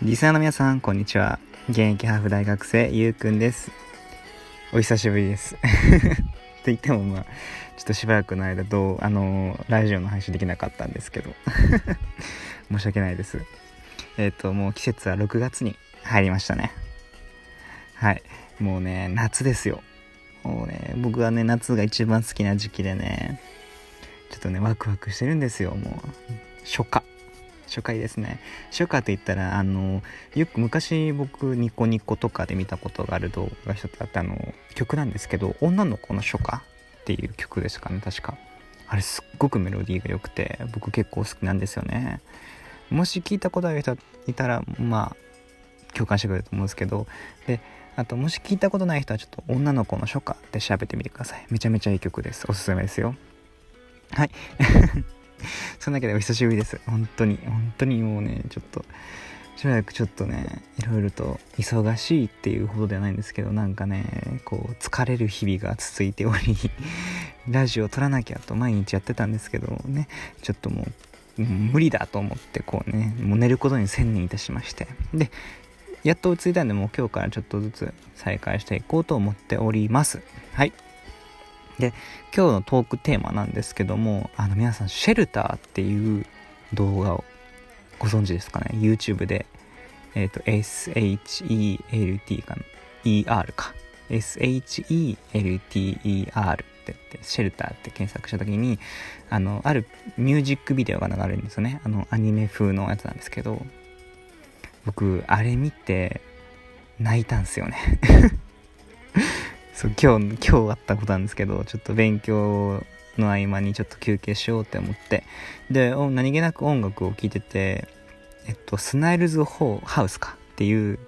リスナーの皆さんこんにちは。現役ハーフ大学生ゆうくんです。お久しぶりですって言ってもちょっとしばらくの間ラジオの配信できなかったんですけど申し訳ないです。もう季節は6月に入りましたね。はい、もうね夏ですよ。もうね僕はね夏が一番好きな時期でね、ちょっとねワクワクしてるんですよ。もう初回ですね。初夏と言ったらよく昔僕ニコニコとかで見たことがある動画が一つあって曲なんですけど、女の子の初夏っていう曲ですかね、確か。あれすっごくメロディーが良くて僕結構好きなんですよね。もし聞いたことある人いたら共感してくれると思うんですけど、であともし聞いたことない人はちょっと女の子の初夏で調べてみてください。めちゃめちゃいい曲です。おすすめですよ。はいそんなわけでお久しぶりです。本当にもうねちょっとしばらくちょっとねいろいろと忙しいっていうほどではないんですけど、なんかねこう疲れる日々が続いておりラジオを撮らなきゃと毎日やってたんですけどね、ちょっともう無理だと思ってこうねもう寝ることに専念いたしまして、でやっと落ち着いたんでもう今日からちょっとずつ再開していこうと思っております。はい。で今日のトークテーマなんですけども、皆さんシェルターっていう動画をご存知ですかね。 YouTube でSHELT かな ER か SHELTER って言ってシェルターって検索した時にあるミュージックビデオが流れるんですよね。アニメ風のやつなんですけど、僕あれ見て泣いたんですよねそう今日あったことなんですけど、ちょっと勉強の合間にちょっと休憩しようって思って、で何気なく音楽を聴いててスナイルズハウスかっていう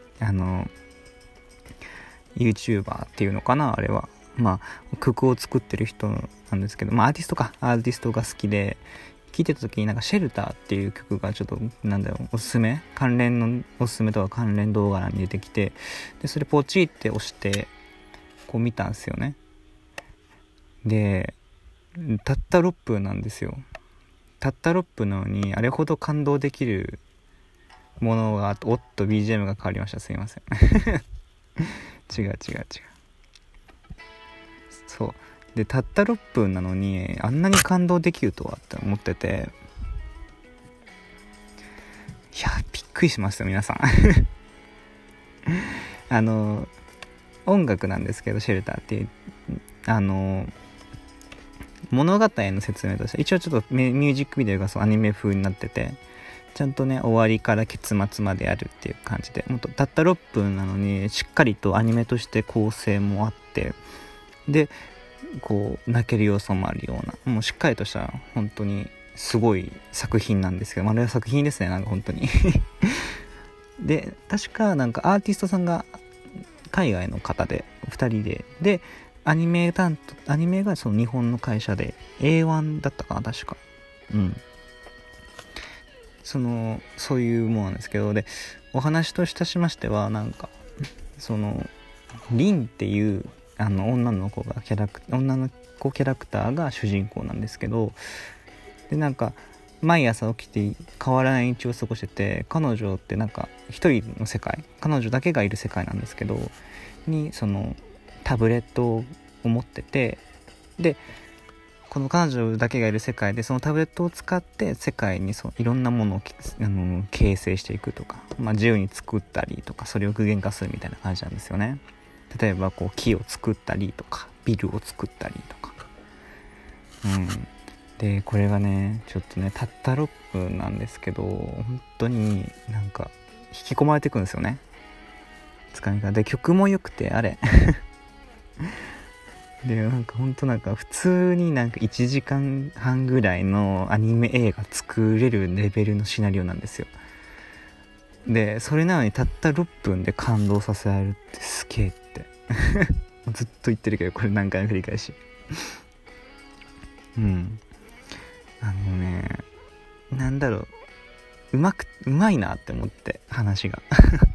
YouTuber っていうのかな、あれは曲を作ってる人なんですけど、アーティストが好きで聴いてた時になんかシェルターっていう曲がちょっとおすすめとか関連動画欄に出てきて、でそれポチって押してこう見たんですよね。でたった6分なんですよ。たった6分なのにあれほど感動できるものがおっと BGM が変わりました。すいません違うそうでたった6分なのにあんなに感動できるとはって思ってて、いやびっくりしますよ皆さん音楽なんですけどシェルターっていう物語の説明として一応ちょっとミュージックビデオがアニメ風になってて、ちゃんとね終わりから結末までやるっていう感じで、もっとたった6分なのにしっかりとアニメとして構成もあって、でこう泣ける要素もあるような、もうしっかりとした本当にすごい作品なんですけど、あれは作品ですね、なんか本当にで確かなんかアーティストさんが海外の方で2人でアニメがその日本の会社で A1 だったかな確か。そういうものなんですけど、でお話としましてはなんかリンっていう女の子キャラクターが主人公なんですけど、でなんか毎朝起きて変わらない日を過ごしてて、彼女ってなんか一人の世界、彼女だけがいる世界なんですけどにタブレットを持ってて、でこの彼女だけがいる世界でそのタブレットを使って世界にいろんなものを形成していくとか、自由に作ったりとか、それを具現化するみたいな感じなんですよね。例えばこう木を作ったりとかビルを作ったりとか、でこれがねちょっとねたった6分なんですけど本当になんか引き込まれていくんですよね、つかみが。で曲も良くてあれでなんか本当なんか普通になんか1時間半ぐらいのアニメ映画作れるレベルのシナリオなんですよ。でそれなのにたった6分で感動させられるってすげえってずっと言ってるけどこれ何回も繰り返しなんだろう、うまいなって思って話が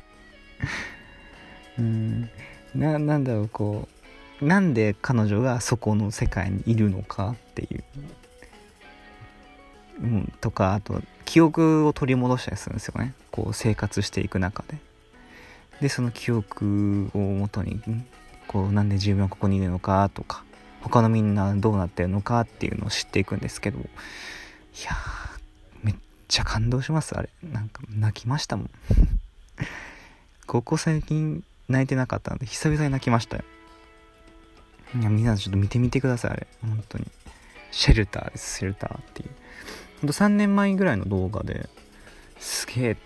なんだろう、こうなんで彼女がそこの世界にいるのかっていうとか、あと記憶を取り戻したりするんですよね。こう生活していく中で。でその記憶をもとにこうなんで自分はここにいるのかとか、他のみんなどうなってるのかっていうのを知っていくんですけど、いやめっちゃ感動します。あれなんか泣きましたもんここ最近泣いてなかったので久々に泣きましたよ。いやみんなちょっと見てみてください。あれ本当にシェルターです。シェルターっていうほんと3年前ぐらいの動画ですげえって、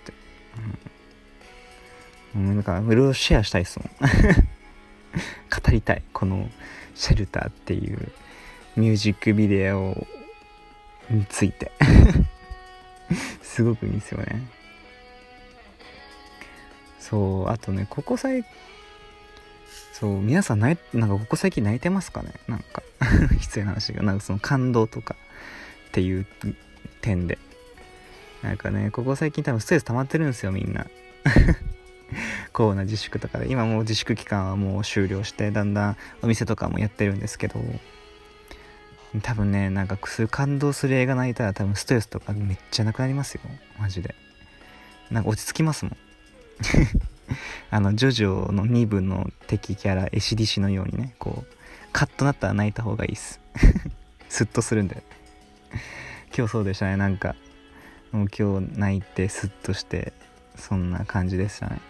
なんかいろいろシェアしたいですもん語りたいこのシェルターっていうミュージックビデオについてすごくいいですよね。そうあとねそう皆さんなんかここ最近泣いてますかね。なんか失礼な話がなんかその感動とかっていう点でなんかねここ最近多分ストレス溜まってるんですよみんなコロナ自粛とかで。今もう自粛期間はもう終了してだんだんお店とかもやってるんですけど、多分ねなんかそういう感動する映画泣いたら多分ストレスとかめっちゃなくなりますよマジで。なんか落ち着きますもんジョジョの2部の敵キャラエシディシのようにねこうカッとなったら泣いた方がいいっすスッとするんで。今日そうでしたね。なんかもう今日泣いてスッとしてそんな感じでしたね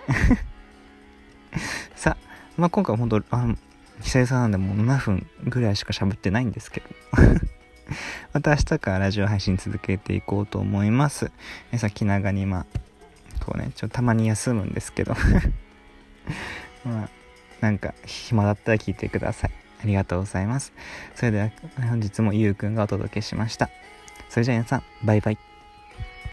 さあ、今回は本当久々なんでもう7分ぐらいしか喋ってないんですけどまた明日からラジオ配信続けていこうと思います。さっき長にこうねちょっとたまに休むんですけどなんか暇だったら聞いてください。ありがとうございます。それでは本日もゆうくんがお届けしました。それじゃあ皆さんバイバイ。